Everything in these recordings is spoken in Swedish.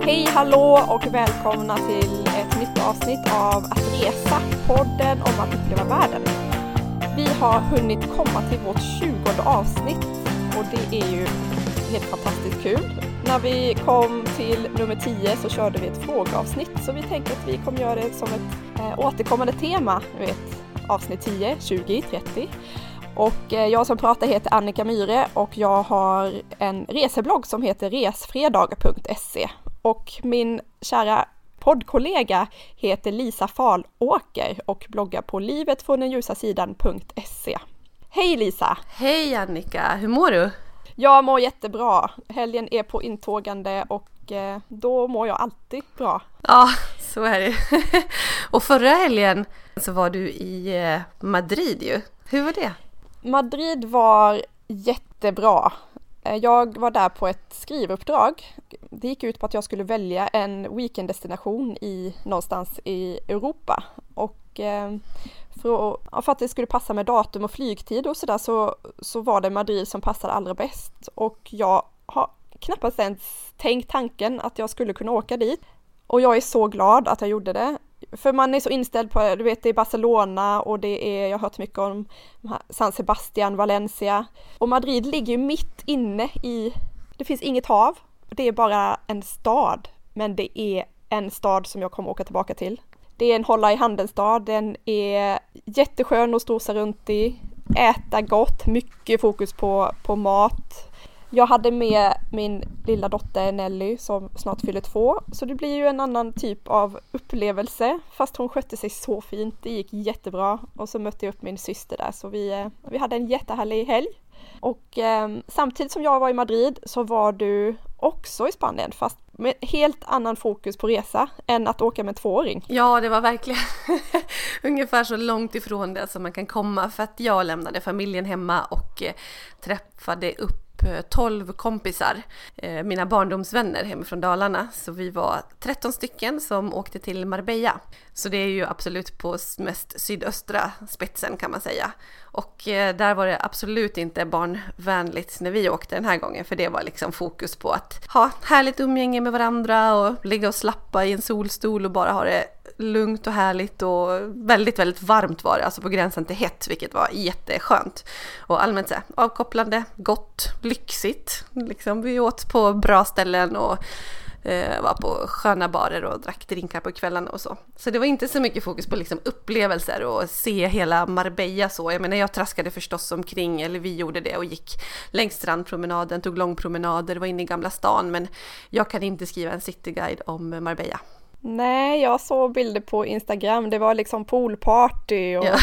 Hej, hallå och välkomna till ett nytt avsnitt av Att resa, podden om att uppleva världen. Vi har hunnit komma till vårt 20:e avsnitt och det är ju helt fantastiskt kul. När vi kom till nummer 10 så körde vi ett frågeavsnitt, så vi tänkte att vi kommer göra det som ett återkommande tema, avsnitt 10, 20, 30. Och jag som pratar heter Annika Myhre och jag har en reseblogg som heter resfredag.se. Och min kära poddkollega heter Lisa Falåker och bloggar på livetfråndenljusasidan.se. Hej Lisa! Hej Annika, hur mår du? Jag mår jättebra. Helgen är på intågande och då mår jag alltid bra. Ja, så är det. Och förra helgen så var du i Madrid ju. Hur var det? Madrid var jättebra. Jag var där på ett skrivuppdrag. Det gick ut på att jag skulle välja en weekenddestination någonstans i Europa. Och för att det skulle passa med datum och flygtid och sådär så var det Madrid som passade allra bäst. Och jag har knappast ens tänkt tanken att jag skulle kunna åka dit. Och jag är så glad att jag gjorde det. För man är så inställd på, det är Barcelona och jag har hört mycket om San Sebastian, Valencia. Och Madrid ligger ju mitt inne det finns inget hav. Det är bara en stad, men det är en stad som jag kommer åka tillbaka till. Det är en hålla i handen stad, den är jätteskön att strosa runt i, äta gott, mycket fokus på mat. Jag hade med min lilla dotter Nelly som snart fyller 2, så det blir ju en annan typ av upplevelse, fast hon skötte sig så fint, det gick jättebra. Och så mötte jag upp min syster där, så vi hade en jättehärlig helg. Och samtidigt som jag var i Madrid så var du också i Spanien, fast med helt annan fokus på resa än att åka med en 2-åring. Ja, det var verkligen ungefär så långt ifrån det som man kan komma, för att jag lämnade familjen hemma och träffade upp 12 kompisar, mina barndomsvänner hemifrån Dalarna. Så vi var 13 stycken som åkte till Marbella. Så det är ju absolut på mest sydöstra spetsen kan man säga. Och där var det absolut inte barnvänligt när vi åkte den här gången. För det var liksom fokus på att ha härligt umgänge med varandra och ligga och slappa i en solstol och bara ha det lugnt och härligt, och väldigt, väldigt varmt var det, alltså på gränsen till hett, vilket var jätteskönt. Och allmänt så här, avkopplande, gott, lyxigt. Liksom, vi åt på bra ställen och var på sköna barer och drack drinkar på kvällarna och så. Så det var inte så mycket fokus på liksom upplevelser och se hela Marbella så. Jag menar, jag traskade förstås omkring, eller vi gjorde det, och gick längs strandpromenaden, tog långpromenader, var inne i Gamla stan, men jag kan inte skriva en cityguide om Marbella. Nej, jag såg bilder på Instagram. Det var liksom poolparty och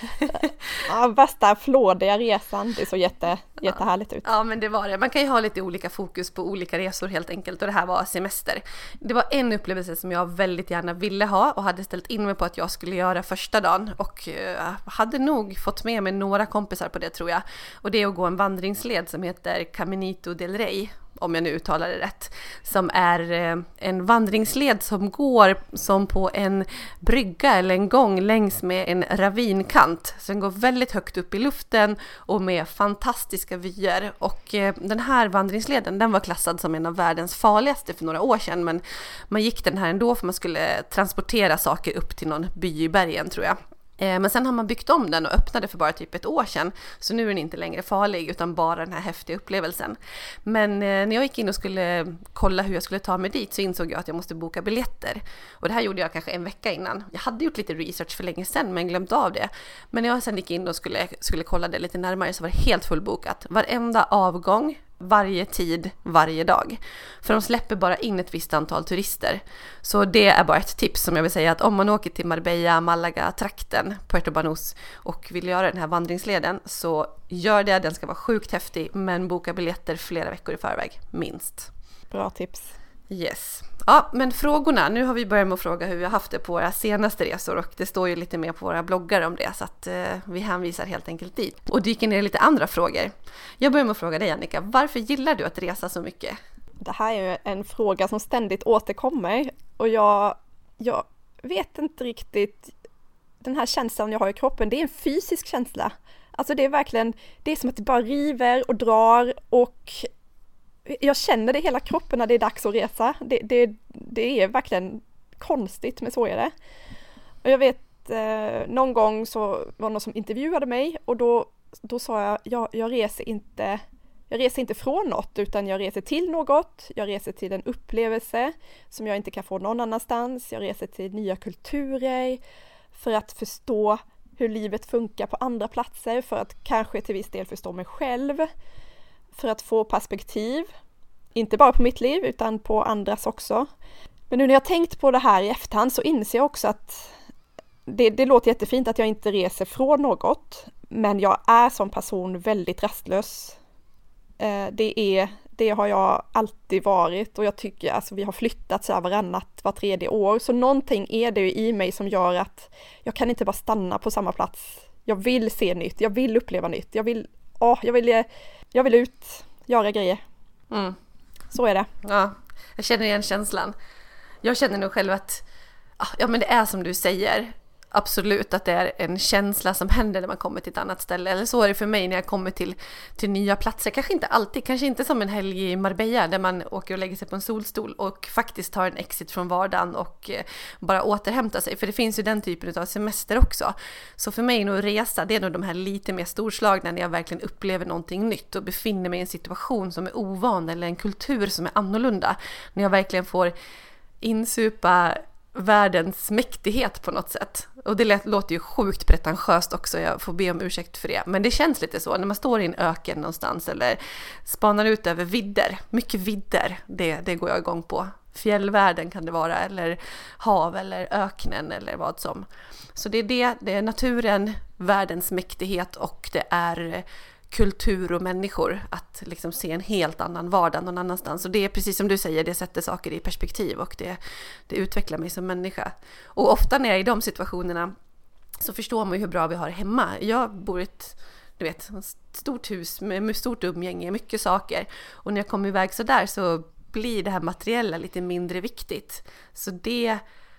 värsta flådiga resan. Det såg jättehärligt ut. Ja, men det var det. Man kan ju ha lite olika fokus på olika resor helt enkelt, och det här var semester. Det var en upplevelse som jag väldigt gärna ville ha och hade ställt in mig på att jag skulle göra första dagen, och hade nog fått med mig några kompisar på det, tror jag. Och det är att gå en vandringsled som heter Caminito del Rey, om jag nu uttalar det rätt, som är en vandringsled som går som på en brygga eller en gång längs med en ravinkant. Så den går väldigt högt upp i luften och med fantastiska vyer. Och den här vandringsleden, den var klassad som en av världens farligaste för några år sedan, men man gick den här ändå för man skulle transportera saker upp till någon by i bergen, tror jag. Men sen har man byggt om den och öppnade för bara typ ett år sedan. Så nu är den inte längre farlig, utan bara den här häftiga upplevelsen. Men när jag gick in och skulle kolla hur jag skulle ta mig dit, så insåg jag att jag måste boka biljetter. Och det här gjorde jag kanske en vecka innan. Jag hade gjort lite research för länge sedan, men glömt av det. Men när jag sen gick in och skulle kolla det lite närmare, så var det helt fullbokat. Varenda avgång, varje tid, varje dag. För de släpper bara in ett visst antal turister. Så det är bara ett tips som jag vill säga, att om man åker till Marbella, Malaga, trakten, Puerto Banús och vill göra den här vandringsleden, så gör det. Den ska vara sjukt häftig, men boka biljetter flera veckor i förväg, minst. Bra tips. Yes. Ja, men frågorna. Nu har vi börjat med att fråga hur vi har haft det på våra senaste resor, och det står ju lite mer på våra bloggar om det, så att vi hänvisar helt enkelt dit. Och dyker ner lite andra frågor. Jag börjar med att fråga dig, Annika, varför gillar du att resa så mycket? Det här är ju en fråga som ständigt återkommer, och jag vet inte riktigt, den här känslan jag har i kroppen, det är en fysisk känsla. Alltså det är verkligen, det är som att det bara river och drar, och jag känner det i hela kroppen när det är dags att resa. Det är verkligen konstigt, men så är det. Och jag vet någon gång så var det någon som intervjuade mig och då sa jag reser inte från något, utan jag reser till något. Jag reser till en upplevelse som jag inte kan få någon annanstans. Jag reser till nya kulturer för att förstå hur livet funkar på andra platser, för att kanske till viss del förstå mig själv, för att få perspektiv, inte bara på mitt liv utan på andras också. Men nu när jag tänkt på det här i efterhand så inser jag också att det låter jättefint att jag inte reser från något, men jag är som person väldigt rastlös. Det har jag alltid varit, och jag tycker alltså vi har flyttat så här var tredje år, så någonting är det ju i mig som gör att jag kan inte bara stanna på samma plats. Jag vill se nytt, jag vill uppleva nytt, jag vill ut, göra grejer. Så är det. Ja, jag känner igen känslan. Jag känner nog själv att men det är som du säger. Absolut att det är en känsla som händer när man kommer till ett annat ställe. Eller så är det för mig när jag kommer till nya platser. Kanske inte alltid, kanske inte som en helg i Marbella där man åker och lägger sig på en solstol och faktiskt tar en exit från vardagen och bara återhämtar sig. För det finns ju den typen av semester också. Så för mig nog resa, det är nog de här lite mer storslagna när jag verkligen upplever någonting nytt och befinner mig i en situation som är ovan eller en kultur som är annorlunda. När jag verkligen får insupa världens mäktighet på något sätt. Och det låter ju sjukt pretentiöst också, jag får be om ursäkt för det. Men det känns lite så, när man står i en öken någonstans eller spanar ut över vidder. Mycket vidder, det går jag igång på. Fjällvärlden kan det vara, eller hav eller öknen eller vad som. Så det är naturen, världens mäktighet, och det är kultur och människor, att liksom se en helt annan vardag någon annanstans. Och det är precis som du säger, det sätter saker i perspektiv och det utvecklar mig som människa. Och ofta när jag är i de situationerna så förstår man ju hur bra vi har hemma. Jag bor i ett stort hus med stort umgänge, mycket saker. Och när jag kommer iväg så där så blir det här materiella lite mindre viktigt. Så det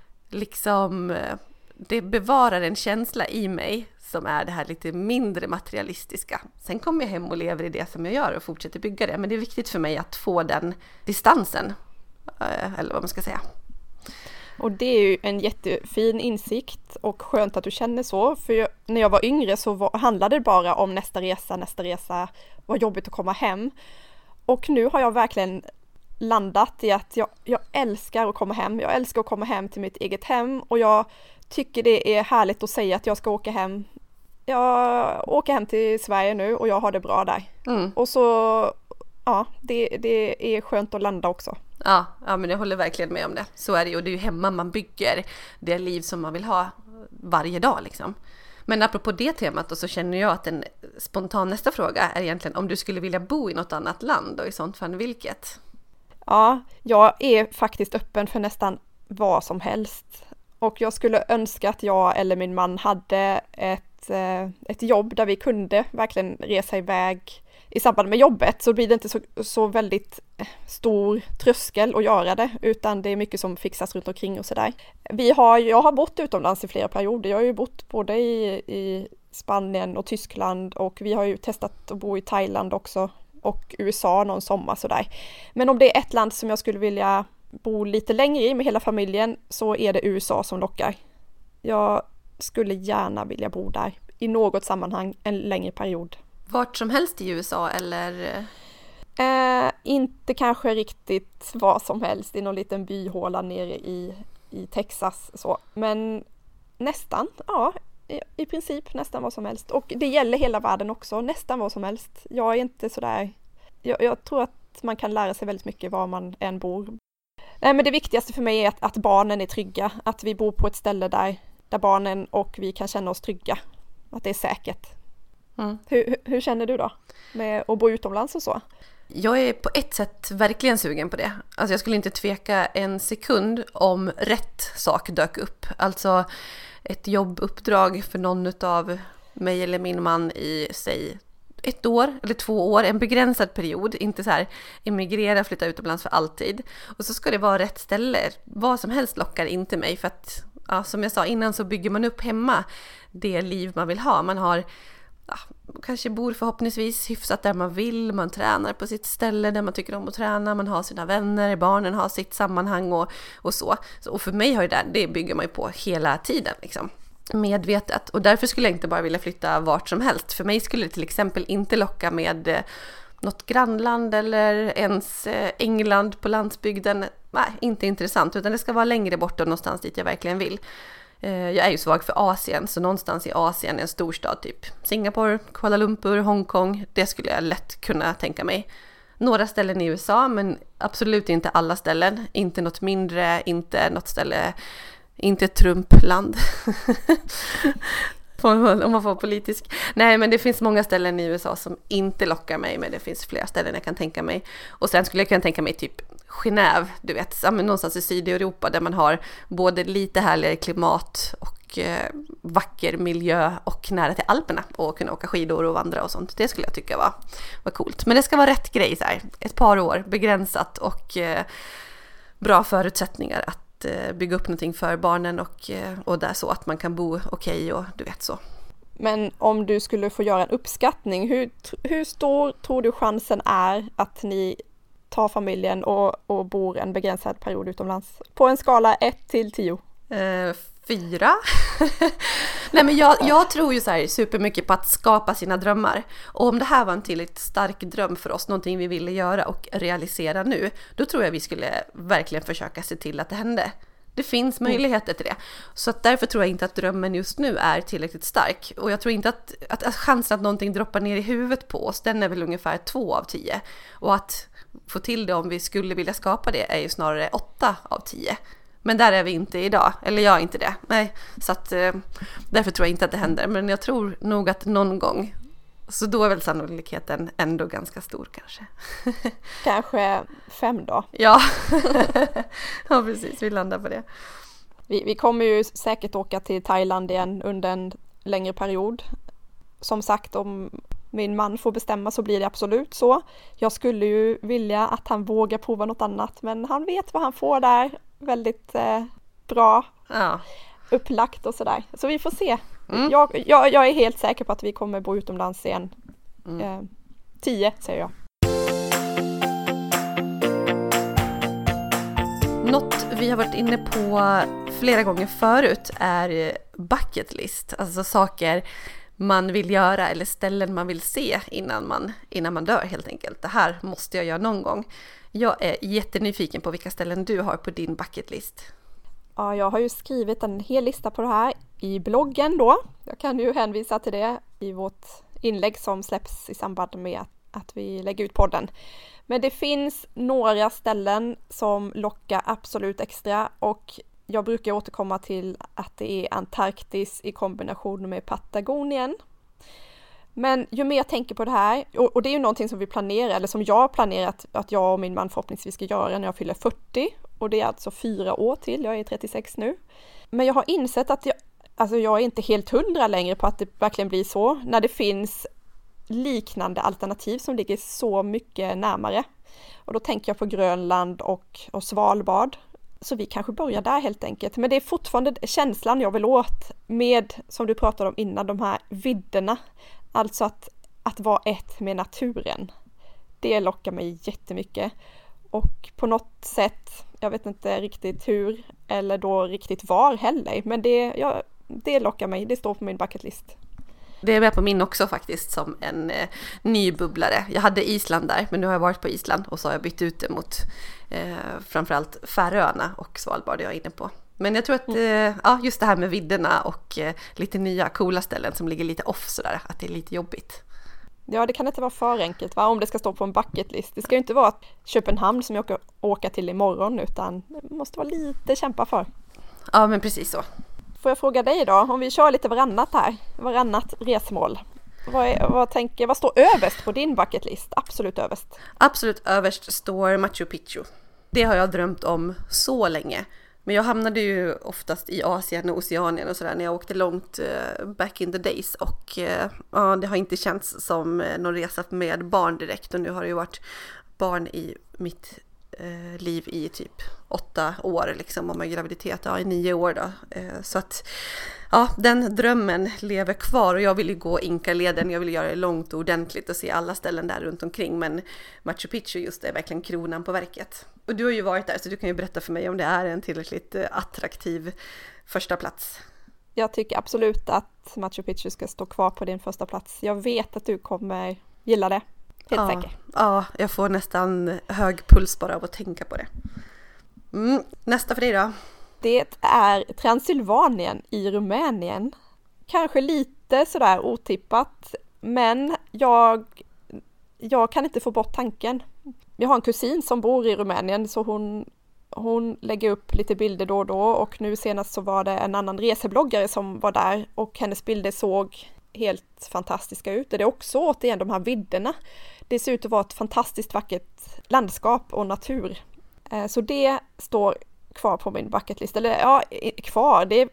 bevarar en känsla i mig som är det här lite mindre materialistiska. Sen kommer jag hem och lever i det som jag gör och fortsätter bygga det. Men det är viktigt för mig att få den distansen. Eller vad man ska säga. Och det är ju en jättefin insikt och skönt att du känner så. För när jag var yngre så handlade det bara om nästa resa. Vad jobbigt att komma hem. Och nu har jag verkligen landat i att jag älskar att komma hem. Jag älskar att komma hem till mitt eget hem. Och jag tycker det är härligt att säga att jag ska åka hem. Jag åker hem till Sverige nu och jag har det bra där. Och så, ja, det är skönt att landa också. Ja, men jag håller verkligen med om det. Så är det ju, och det är ju hemma man bygger det liv som man vill ha varje dag liksom. Men apropå det temat då, så känner jag att en spontan nästa fråga är egentligen om du skulle vilja bo i något annat land, och i sånt fall vilket? Ja, jag är faktiskt öppen för nästan vad som helst. Och jag skulle önska att jag eller min man hade ett jobb där vi kunde verkligen resa iväg i samband med jobbet, så blir det inte så väldigt stor tröskel att göra det, utan det är mycket som fixas runt omkring och sådär. Jag har bott utomlands i flera perioder. Jag har ju bott både i Spanien och Tyskland, och vi har ju testat att bo i Thailand också och USA någon sommar sådär. Men om det är ett land som jag skulle vilja bo lite längre i med hela familjen, så är det USA som lockar. Jag skulle gärna vilja bo där i något sammanhang en längre period. Vart som helst i USA eller? Inte kanske riktigt vad som helst i någon liten byhåla nere i Texas så. Men nästan, ja, i princip nästan vad som helst. Och det gäller hela världen också, nästan vad som helst. Jag är inte sådär, jag tror att man kan lära sig väldigt mycket var man än bor. Men det viktigaste för mig är att barnen är trygga, att vi bor på ett ställe där barnen och vi kan känna oss trygga, att det är säkert. Hur känner du då med att bo utomlands och så? Jag är på ett sätt verkligen sugen på det. Alltså jag skulle inte tveka en sekund om rätt sak dök upp. Alltså ett jobbuppdrag för någon av mig eller min man i, säg, 1 år eller 2 år, en begränsad period, inte så här emigrera, flytta utomlands för alltid. Och så ska det vara rätt ställe. Vad som helst lockar inte mig, för att som jag sa innan så bygger man upp hemma det liv man vill ha. Man har kanske bor förhoppningsvis hyfsat där man vill, man tränar på sitt ställe där man tycker om att träna, man har sina vänner, barnen har sitt sammanhang och så. Och för mig har ju det bygger man ju på hela tiden liksom. Medvetet, och därför skulle jag inte bara vilja flytta vart som helst. För mig skulle det till exempel inte locka med något grannland eller ens England på landsbygden. Nej, inte intressant, utan det ska vara längre bort och någonstans dit jag verkligen vill. Jag är ju svag för Asien, så någonstans i Asien, en storstad typ Singapore, Kuala Lumpur, Hongkong, det skulle jag lätt kunna tänka mig. Några ställen i USA, men absolut inte alla ställen. Inte något mindre, inte något ställe, inte Trumpland. Om man får politisk. Nej, men det finns många ställen i USA som inte lockar mig, men det finns flera ställen jag kan tänka mig. Och sen skulle jag kunna tänka mig typ Genève, du vet, någonstans i Sydeuropa där man har både lite härligare klimat och vacker miljö och nära till Alperna och kunna åka skidor och vandra och sånt. Det skulle jag tycka var coolt. Men det ska vara rätt grej så här. Ett par år, begränsat och bra förutsättningar att bygga upp någonting för barnen och där så att man kan bo okej och du vet så. Men om du skulle få göra en uppskattning, hur stor tror du chansen är att ni tar familjen och bor en begränsad period utomlands? På en skala 1 till 10? 4. Nej, men jag tror ju så här supermycket på att skapa sina drömmar. Och om det här var en tillräckligt stark dröm för oss, någonting vi ville göra och realisera nu, då tror jag vi skulle verkligen försöka se till att det hände. Det finns möjligheter till det. Så att därför tror jag inte att drömmen just nu är tillräckligt stark. Och jag tror inte att chansen att någonting droppar ner i huvudet på oss, den är väl ungefär 2 av 10. Och att få till det om vi skulle vilja skapa det är ju snarare 8 av 10. Men där är vi inte idag, eller jag är inte det. Nej, så att därför tror jag inte att det händer. Men jag tror nog att någon gång, så då är väl sannolikheten ändå ganska stor kanske. Kanske 5 då? Ja, ja precis, vi landar på det. Vi kommer ju säkert åka till Thailand igen under en längre period. Som sagt, om min man får bestämma så blir det absolut så. Jag skulle ju vilja att han vågar prova något annat, men han vet vad han får där. Väldigt bra upplagt och sådär. Så vi får se. Jag är helt säker på att vi kommer bo utomlands igen. 10 säger jag. Något vi har varit inne på flera gånger förut är bucket list. Alltså saker man vill göra eller ställen man vill se innan man dör helt enkelt. Det här måste jag göra någon gång. Jag är jättenyfiken på vilka ställen du har på din bucket list. Ja, jag har ju skrivit en hel lista på det här i bloggen då. Jag kan ju hänvisa till det i vårt inlägg som släpps i samband med att vi lägger ut podden. Men det finns några ställen som lockar absolut extra, och jag brukar återkomma till att det är Antarktis i kombination med Patagonien. Men ju mer jag tänker på det här, och det är ju någonting som vi planerar, eller som jag har planerat att jag och min man förhoppningsvis ska göra när jag fyller 40. Och det är alltså 4 år till, jag är 36 nu. Men jag har insett att jag är inte helt 100 längre på att det verkligen blir så, när det finns liknande alternativ som ligger så mycket närmare. Och då tänker jag på Grönland och Svalbard. Så vi kanske börjar där helt enkelt. Men det är fortfarande känslan jag vill åt med, som du pratade om innan, de här vidderna. Alltså att vara ett med naturen. Det lockar mig jättemycket. Och på något sätt, jag vet inte riktigt hur eller då riktigt var heller. Men det lockar mig, det står på min bucket list. Det är med på min också faktiskt som en ny bubblare. Jag hade Island där, men nu har jag varit på Island och så har jag bytt ut det mot framförallt Färöarna och Svalbard jag är inne på. Men jag tror att just det här med vidderna och lite nya coola ställen som ligger lite off sådär, att det är lite jobbigt. Ja, det kan inte vara för enkelt om det ska stå på en bucket list. Det ska ju inte vara Köpenhamn som jag åker till imorgon, utan det måste vara lite kämpa för. Ja, men precis så. Får jag fråga dig då, om vi kör lite varannat resmål. Vad står överst på din bucket list? Absolut överst. Absolut överst står Machu Picchu. Det har jag drömt om så länge. Men jag hamnade ju oftast i Asien och Oceanien och sådär när jag åkte långt back in the days. Och det har inte känts som någon resa med barn direkt. Och nu har det ju varit barn i mitt liv i typ 8 år liksom, om man är graviditet, ja, i 9 år då. Så att ja, den drömmen lever kvar och jag vill ju gå Inka-leden, jag vill göra det långt och ordentligt och se alla ställen där runt omkring, men Machu Picchu just är verkligen kronan på verket. Och du har ju varit där så du kan ju berätta för mig om det är en tillräckligt attraktiv första plats. Jag tycker absolut att Machu Picchu ska stå kvar på din första plats. Jag vet att du kommer gilla det. Helt säker. Ja, jag får nästan hög puls bara av att tänka på det. Nästa för dig då? Det är Transylvanien i Rumänien. Kanske lite sådär otippat, men jag kan inte få bort tanken. Jag har en kusin som bor i Rumänien, så hon lägger upp lite bilder då och då, och nu senast så var det en annan resebloggare som var där och hennes bilder såg helt fantastiska ut. Det är också återigen de här vidderna. Det ser ut att vara ett fantastiskt vackert landskap och natur. Så det står kvar på min bucketlist. Eller ja, kvar. Det är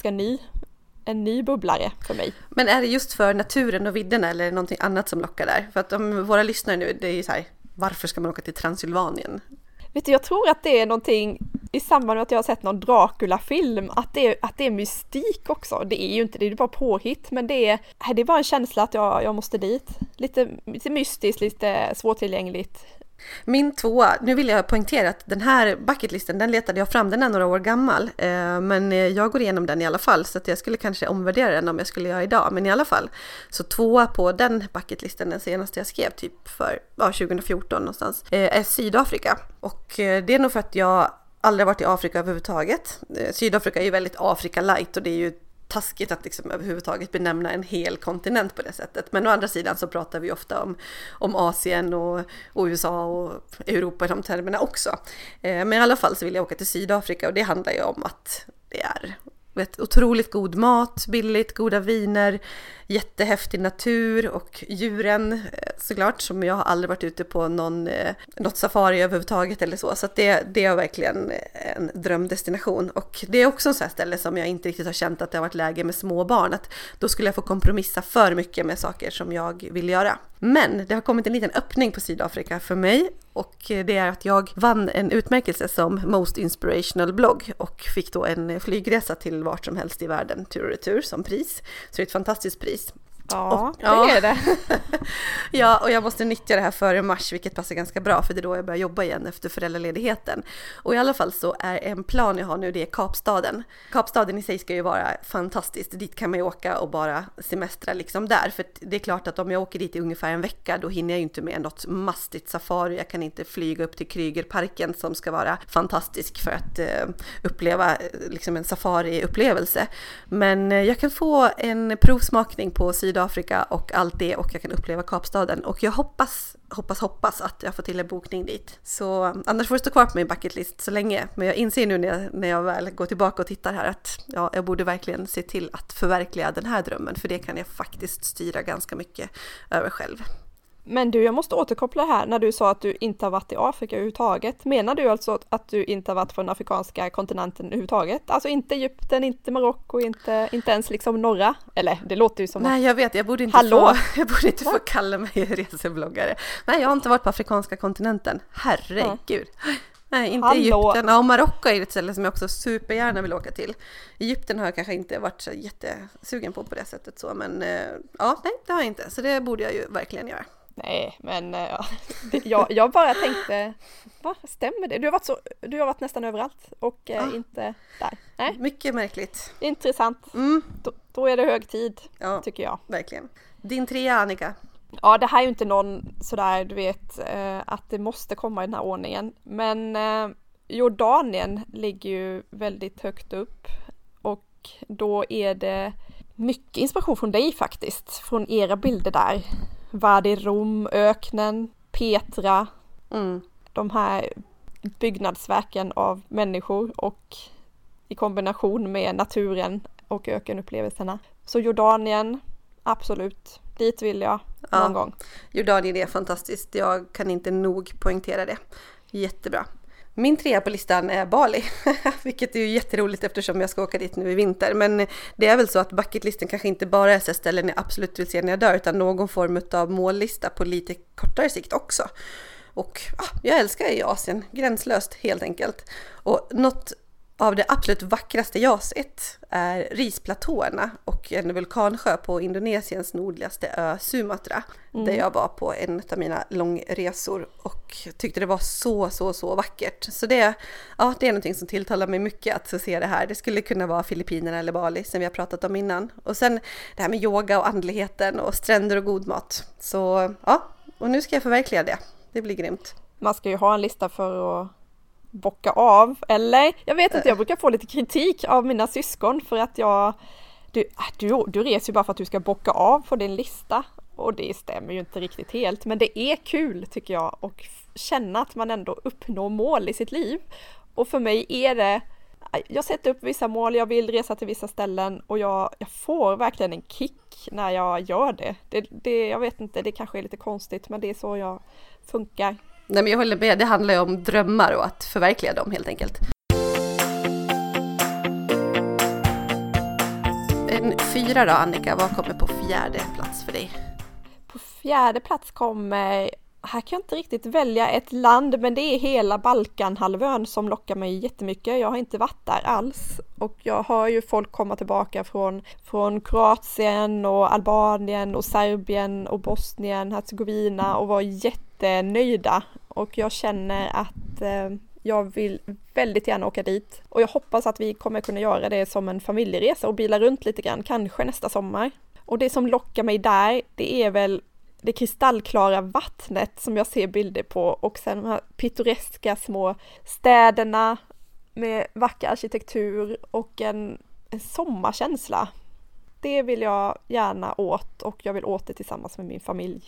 en ny bubblare för mig. Men är det just för naturen och vidderna eller är det någonting annat som lockar där? För att om våra lyssnare nu, det är ju så här, varför ska man åka till Transylvanien? Vet du, jag tror att det är någonting i samband med att jag har sett någon Dracula-film, att det är mystik också. Det är ju inte, det är bara påhitt, men det är bara en känsla att jag måste dit. Lite mystiskt, lite svårtillgängligt. Min 2, nu vill jag poängtera att den här bucketlisten, den letade jag fram, den är några år gammal, men jag går igenom den i alla fall, så att jag skulle kanske omvärdera den om jag skulle göra idag, men i alla fall. Så 2 på den bucketlisten, den senaste jag skrev typ för 2014 någonstans, är Sydafrika. Och det är nog för att jag aldrig varit i Afrika överhuvudtaget. Sydafrika är ju väldigt Afrika-light och det är ju taskigt att liksom överhuvudtaget benämna en hel kontinent på det sättet. Men å andra sidan så pratar vi ofta om Asien och USA och Europa i de termerna också. Men i alla fall så vill jag åka till Sydafrika och det handlar ju om att det är otroligt god mat, billigt, goda viner, jättehäftig natur och djuren såklart, som jag har aldrig varit ute på något safari överhuvudtaget eller så att det är verkligen en drömdestination. Och det är också en sån här ställe som jag inte riktigt har känt att det har varit läge med små barn, att då skulle jag få kompromissa för mycket med saker som jag vill göra. Men det har kommit en liten öppning på Sydafrika för mig, och det är att jag vann en utmärkelse som Most Inspirational blogg och fick då en flygresa till vart som helst i världen tur och retur som pris. Så det är ett fantastiskt pris. Ja, det är det. Ja, och jag måste nyttja det här före mars, vilket passar ganska bra för det är då jag börjar jobba igen efter föräldraledigheten. Och i alla fall så är en plan jag har nu, det är Kapstaden. Kapstaden i sig ska ju vara fantastiskt. Dit kan man ju åka och bara semestra liksom där. För det är klart att om jag åker dit i ungefär en vecka, då hinner jag ju inte med något mastigt safari. Jag kan inte flyga upp till Krügerparken som ska vara fantastisk för att uppleva liksom en safari-upplevelse. Men jag kan få en provsmakning på Sydafrika och allt det, och jag kan uppleva Kapstaden, och jag hoppas att jag får till en bokning dit. Så annars får det stå kvar på min bucketlist så länge, men jag inser nu när jag väl går tillbaka och tittar här att jag borde verkligen se till att förverkliga den här drömmen, för det kan jag faktiskt styra ganska mycket över själv. Men du, jag måste återkoppla här när du sa att du inte har varit i Afrika överhuvudtaget. Menar du alltså att du inte har varit på den afrikanska kontinenten överhuvudtaget? Alltså inte Egypten, inte Marocko, inte ens liksom norra? Eller det låter ju som... Nej, jag vet, jag borde inte få kalla mig resebloggare. Nej, jag har inte varit på afrikanska kontinenten. Herregud. Ja. Nej, inte Egypten. Ja, Marocko är ett ställe som jag också supergärna vill åka till. Egypten har jag kanske inte varit så jättesugen på det sättet så, men nej, det har jag inte. Så det borde jag ju verkligen göra. Nej, men jag bara tänkte, stämmer det? Du har varit nästan överallt och inte där. Nej. Mycket märkligt. Intressant. Då är det hög tid, tycker jag. Verkligen. Din 3, Annika? Ja, det här är ju inte någon sådär, du vet, att det måste komma i den här ordningen. Men Jordanien ligger ju väldigt högt upp, och då är det mycket inspiration från dig faktiskt, från era bilder där. Wadi Rum, öknen, Petra, de här byggnadsverken av människor och i kombination med naturen och ökenupplevelserna. Så Jordanien, absolut, dit vill jag någon gång. Jordanien är fantastiskt, jag kan inte nog poängtera det. Jättebra. Min 3 på listan är Bali, vilket är ju jätteroligt eftersom jag ska åka dit nu i vinter. Men det är väl så att bucketlisten kanske inte bara är så ställen jag absolut vill se när jag dör, utan någon form av mållista på lite kortare sikt också. Och jag älskar i Asien. Gränslöst helt enkelt. Och något av det absolut vackraste jag sett är risplatåerna och en vulkansjö på Indonesiens nordligaste ö Sumatra. Där jag var på en av mina långresor och tyckte det var så vackert. Så det är någonting som tilltalar mig mycket att se det här. Det skulle kunna vara Filippinerna eller Bali som vi har pratat om innan. Och sen det här med yoga och andligheten och stränder och god mat. Så ja, och nu ska jag förverkliga det. Det blir grymt. Man ska ju ha en lista för att bocka av, eller? Jag vet inte, jag brukar få lite kritik av mina syskon för att du reser ju bara för att du ska bocka av på din lista. Och det stämmer ju inte riktigt helt, men det är kul tycker jag och känna att man ändå uppnår mål i sitt liv. Och för mig är det, jag sätter upp vissa mål, jag vill resa till vissa ställen och jag får verkligen en kick när jag gör det. Jag vet inte, det kanske är lite konstigt, men det är så jag funkar. Nej, men jag håller med, det handlar ju om drömmar och att förverkliga dem helt enkelt. En 4 då, Annika, vad kommer på 4:e plats för dig? På 4:e plats kommer, här kan jag inte riktigt välja ett land, men det är hela Balkanhalvön som lockar mig jättemycket. Jag har inte varit där alls och jag hör ju folk komma tillbaka från Kroatien och Albanien och Serbien och Bosnien, Herzegovina och vara jättenöjda. Och jag känner att jag vill väldigt gärna åka dit. Och jag hoppas att vi kommer kunna göra det som en familjeresa och bila runt lite grann, kanske nästa sommar. Och det som lockar mig där, det är väl det kristallklara vattnet som jag ser bilder på. Och sen de här pittoreska små städerna med vacker arkitektur och en sommarkänsla. Det vill jag gärna åt och jag vill åt det tillsammans med min familj.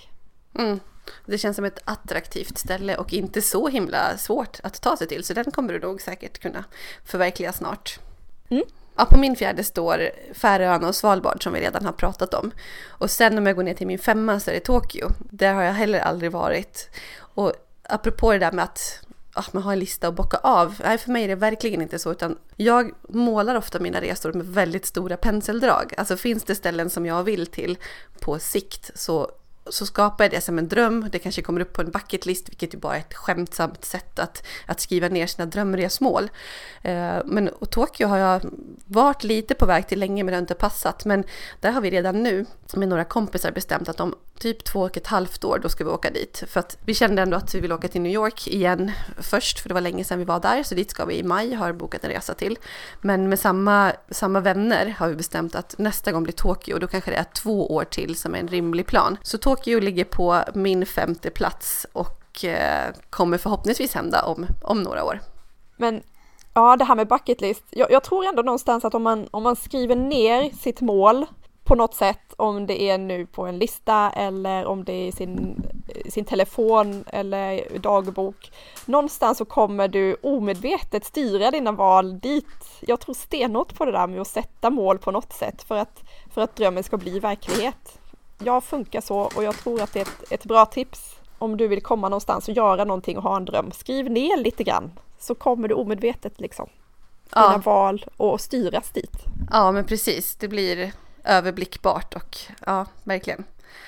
Det känns som ett attraktivt ställe och inte så himla svårt att ta sig till. Så den kommer du nog säkert kunna förverkliga snart. Ja, på min 4:e står Färöarna och Svalbard som vi redan har pratat om. Och sen om jag går ner till min 5:a så är det Tokyo. Där har jag heller aldrig varit. Och apropå det där med att man har en lista att bocka av. Nej, för mig är det verkligen inte så, utan jag målar ofta mina resor med väldigt stora penseldrag. Alltså finns det ställen som jag vill till på sikt så skapar jag det som en dröm. Det kanske kommer upp på en bucketlist, vilket ju bara är ett skämtsamt sätt att skriva ner sina drömresmål. Men och Tokyo har jag varit lite på väg till länge, men det har inte passat. Men där har vi redan nu med några kompisar bestämt att om typ 2,5 år då ska vi åka dit. För att vi kände ändå att vi vill åka till New York igen först, för det var länge sedan vi var där. Så dit ska vi i maj, har bokat en resa till. Men med samma vänner har vi bestämt att nästa gång blir Tokyo. Då kanske det är 2 år till som är en rimlig plan. Så Tokyo ligger på min 5:e plats och kommer förhoppningsvis hända om några år. Men ja, det här med bucket list. Jag tror ändå någonstans att om man skriver ner sitt mål på något sätt, om det är nu på en lista eller om det är i sin telefon eller dagbok, någonstans så kommer du omedvetet styra dina val dit. Jag tror stenhårt på det där med att sätta mål på något sätt för att drömmen ska bli verklighet. Jag funkar så och jag tror att det är ett bra tips om du vill komma någonstans och göra någonting och ha en dröm. Skriv ner lite grann så kommer du omedvetet liksom dina val och styras dit. Ja, men precis. Det blir överblickbart och ja, verkligen.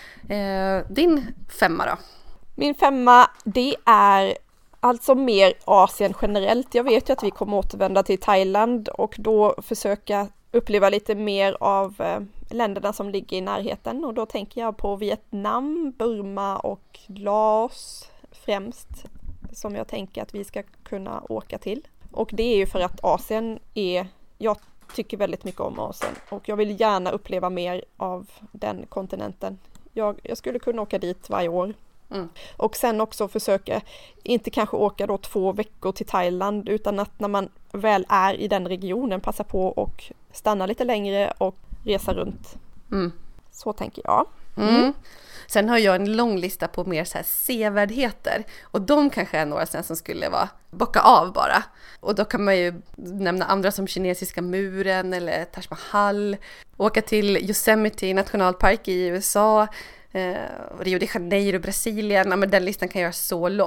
Din 5:a då? Min 5:a, det är alltså mer Asien generellt. Jag vet ju att vi kommer återvända till Thailand och då försöka uppleva lite mer av länderna som ligger i närheten. Och då tänker jag på Vietnam, Burma och Laos främst som jag tänker att vi ska kunna åka till. Och det är ju för att Asien jag tycker väldigt mycket om Asien och jag vill gärna uppleva mer av den kontinenten. Jag skulle kunna åka dit varje år. Och sen också försöka, inte kanske åka då 2 veckor till Thailand, utan att när man väl är i den regionen passa på och stanna lite längre och resa runt. Så tänker jag. Sen har jag en lång lista på mer så här sevärdheter. Och de kanske är några som skulle vara bocka av bara. Och då kan man ju nämna andra som kinesiska muren eller Taj Mahal. Åka till Yosemite nationalpark i USA. Rio de Janeiro, Brasilien. Ja, men den listan kan göras så lång.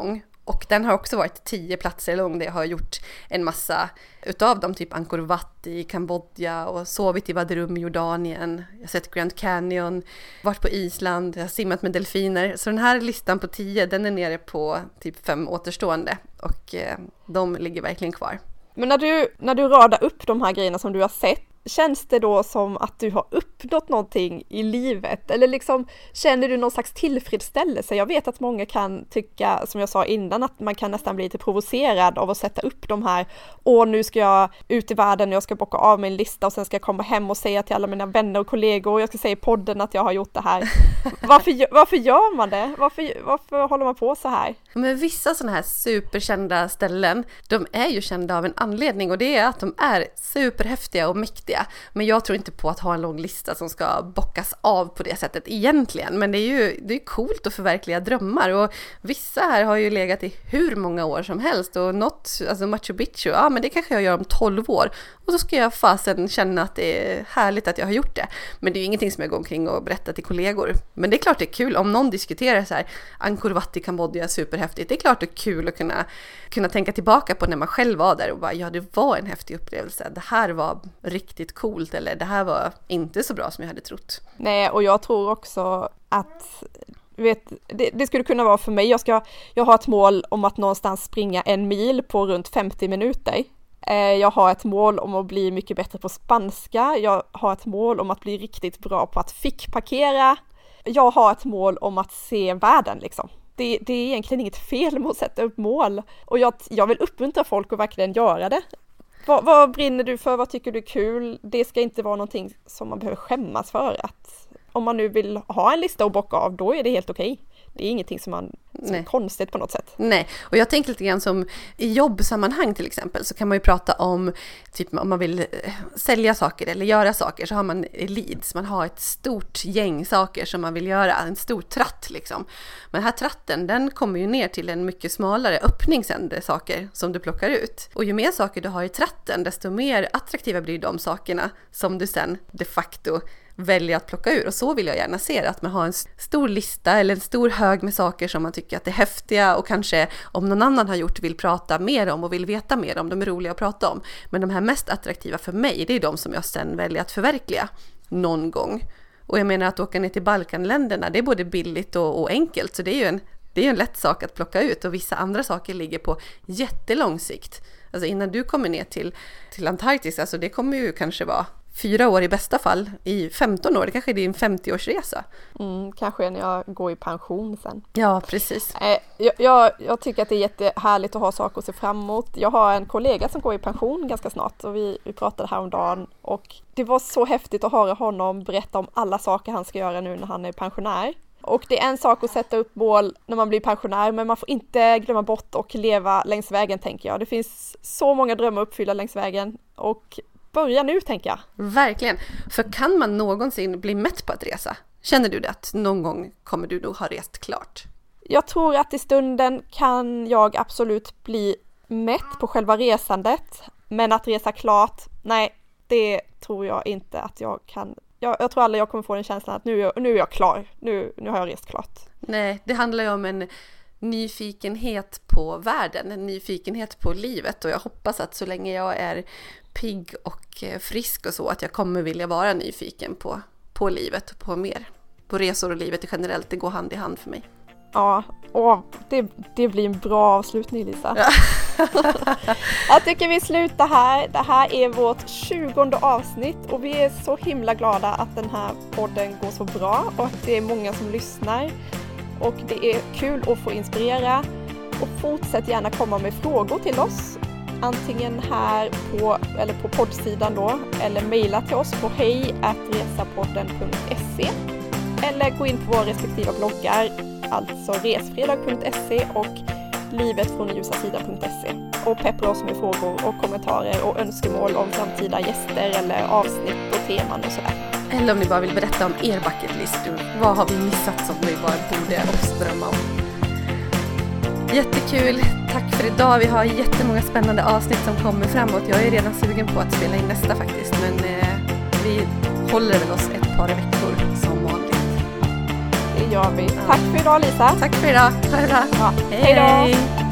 Och den har också varit 10 platser lång där jag har gjort en massa utav dem, typ Angkor Wat i Kambodja och sovit i Wadi Rum i Jordanien. Jag har sett Grand Canyon, varit på Island, jag har simmat med delfiner. Så den här listan på 10, den är nere på typ 5 återstående och de ligger verkligen kvar. Men när du radar upp de här grejerna som du har sett, känns det då som att du har uppnått någonting i livet? Eller liksom, känner du någon slags tillfredsställelse? Jag vet att många kan tycka, som jag sa innan, att man kan nästan bli lite provocerad av att sätta upp de här, nu ska jag ut i världen och jag ska bocka av min lista och sen ska jag komma hem och säga till alla mina vänner och kollegor och jag ska säga i podden att jag har gjort det här. Varför gör man det? Varför håller man på så här? Men vissa sådana här superkända ställen, de är ju kända av en anledning och det är att de är superhäftiga och mäktiga. Men jag tror inte på att ha en lång lista som ska bockas av på det sättet egentligen. Men det är coolt att förverkliga drömmar och vissa här har ju legat i hur många år som helst och alltså Machu Picchu, men det kanske jag gör om 12 år och så ska jag fasen känna att det är härligt att jag har gjort det. Men det är ju ingenting som jag går omkring och berättar till kollegor. Men det är klart det är kul om någon diskuterar så här, Angkor Wat i Kambodja är superhäftigt. Det är klart det är kul att kunna tänka tillbaka på när man själv var där och bara, ja det var en häftig upplevelse. Det här var riktigt coolt eller det här var inte så bra som jag hade trott. Nej, och jag tror också att det skulle kunna vara för mig. Jag har ett mål om att någonstans springa 1 mil på runt 50 minuter. Jag har ett mål om att bli mycket bättre på spanska. Jag har ett mål om att bli riktigt bra på att fickparkera. Jag har ett mål om att se världen liksom. Det är egentligen inget fel med att sätta upp mål. Och jag vill uppmuntra folk att verkligen göra det. Vad brinner du för? Vad tycker du är kul? Det ska inte vara någonting som man behöver skämmas för. Att om man nu vill ha en lista att bocka av, då är det helt okej. Det är ingenting som är konstigt på något sätt. Nej, och jag tänker lite grann som i jobbsammanhang till exempel så kan man ju prata om typ om man vill sälja saker eller göra saker så har man leads, man har ett stort gäng saker som man vill göra, en stor tratt liksom. Men den här tratten, den kommer ju ner till en mycket smalare öppning sen, det saker som du plockar ut. Och ju mer saker du har i tratten, desto mer attraktiva blir de sakerna som du sen de facto välja att plocka ur. Och så vill jag gärna se det, att man har en stor lista eller en stor hög med saker som man tycker att är häftiga och kanske om någon annan har gjort vill prata mer om och vill veta mer om. De är roliga att prata om. Men de här mest attraktiva för mig, det är de som jag sen väljer att förverkliga någon gång. Och jag menar att åka ner till Balkanländerna, det är både billigt och enkelt. Så det är ju en lätt sak att plocka ut och vissa andra saker ligger på jättelång sikt. Alltså innan du kommer ner till Antarktis, alltså det kommer ju kanske vara 4 år i bästa fall, i 15 år, det kanske är din 50-årsresa. Kanske när jag går i pension sen. Ja, precis. Jag tycker att det är jättehärligt att ha saker att se fram emot. Jag har en kollega som går i pension ganska snart och vi pratade häromdagen och det var så häftigt att höra honom berätta om alla saker han ska göra nu när han är pensionär. Och det är en sak att sätta upp mål när man blir pensionär, men man får inte glömma bort och leva längs vägen, tänker jag. Det finns så många drömmar att uppfylla längs vägen och börja nu, tänker jag. Verkligen. För kan man någonsin bli mätt på att resa? Känner du det att någon gång kommer du nog ha rest klart? Jag tror att i stunden kan jag absolut bli mätt på själva resandet. Men att resa klart, nej, det tror jag inte att jag kan. Jag tror aldrig jag kommer få den känslan att nu är jag klar. Nu har jag rest klart. Nej, det handlar ju om en nyfikenhet på världen, en nyfikenhet på livet. Och jag hoppas att så länge jag är pigg och frisk och så, att jag kommer vilja vara nyfiken på livet och på mer. På resor och livet generellt, det går hand i hand för mig. Ja, det blir en bra avslutning, Lisa. Ja. Jag tycker vi slutar här. Det här är vårt 20:e avsnitt och vi är så himla glada att den här podden går så bra och att det är många som lyssnar. Och det är kul att få inspirera och fortsätt gärna komma med frågor till oss. Antingen här på poddsidan då, eller mejla till oss på hej@resapodden.se eller gå in på våra respektiva bloggar, alltså resfredag.se och livetfrånljusasida.se och peppra oss med frågor och kommentarer och önskemål om framtida gäster eller avsnitt och teman och sådär. Eller om ni bara vill berätta om er bucket list. Vad har vi missat som vi bara borde också drömma om? Jättekul, tack för idag. Vi har jättemånga spännande avsnitt som kommer framåt. Jag är redan sugen på att spela in nästa faktiskt. Men vi håller väl oss ett par veckor som vanligt. Det gör vi. Tack för idag, Lisa. Tack för idag. Ha det bra. Ja. Hej då.